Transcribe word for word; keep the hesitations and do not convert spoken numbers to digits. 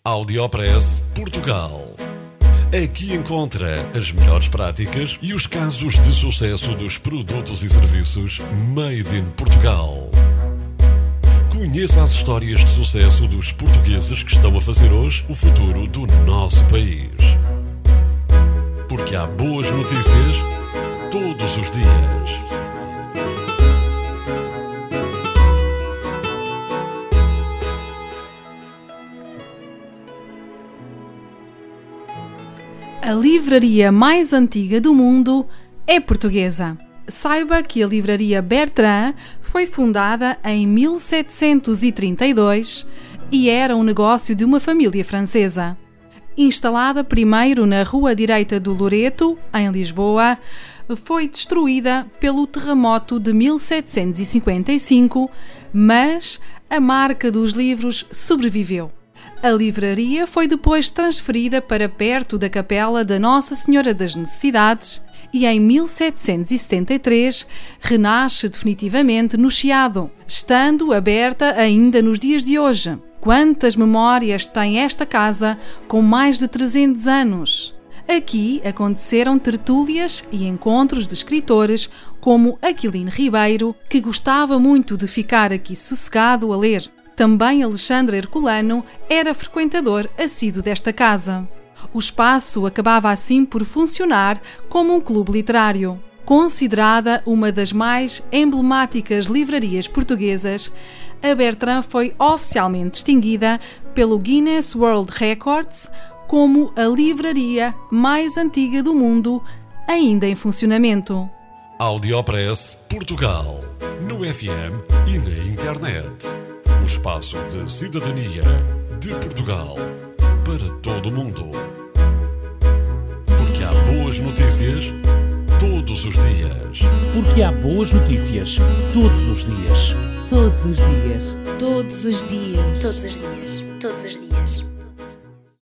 Audiopress Portugal. Aqui encontra as melhores práticas e os casos de sucesso dos produtos e serviços Made in Portugal. Conheça as histórias de sucesso dos portugueses que estão a fazer hoje o futuro do nosso país. Porque há boas notícias todos os dias. A livraria mais antiga do mundo é portuguesa. Saiba que a livraria Bertrand foi fundada em mil setecentos e trinta e dois e era um negócio de uma família francesa. Instalada primeiro na Rua Direita do Loreto, em Lisboa, foi destruída pelo terremoto de mil setecentos e cinquenta e cinco, mas a marca dos livros sobreviveu. A livraria foi depois transferida para perto da Capela da Nossa Senhora das Necessidades e em mil setecentos e setenta e três renasce definitivamente no Chiado, estando aberta ainda nos dias de hoje. Quantas memórias tem esta casa com mais de trezentos anos? Aqui aconteceram tertúlias e encontros de escritores como Aquilino Ribeiro, que gostava muito de ficar aqui sossegado a ler. Também Alexandre Herculano era frequentador assíduo desta casa. O espaço acabava assim por funcionar como um clube literário. Considerada uma das mais emblemáticas livrarias portuguesas, a Bertrand foi oficialmente distinguida pelo Guinness World Records como a livraria mais antiga do mundo, ainda em funcionamento. Audiopress Portugal, no F M e na internet. O espaço de cidadania de Portugal para todo o mundo. Porque há boas notícias todos os dias. Porque há boas notícias todos os dias. Todos os dias. Todos os dias. Todos os dias. Todos os dias.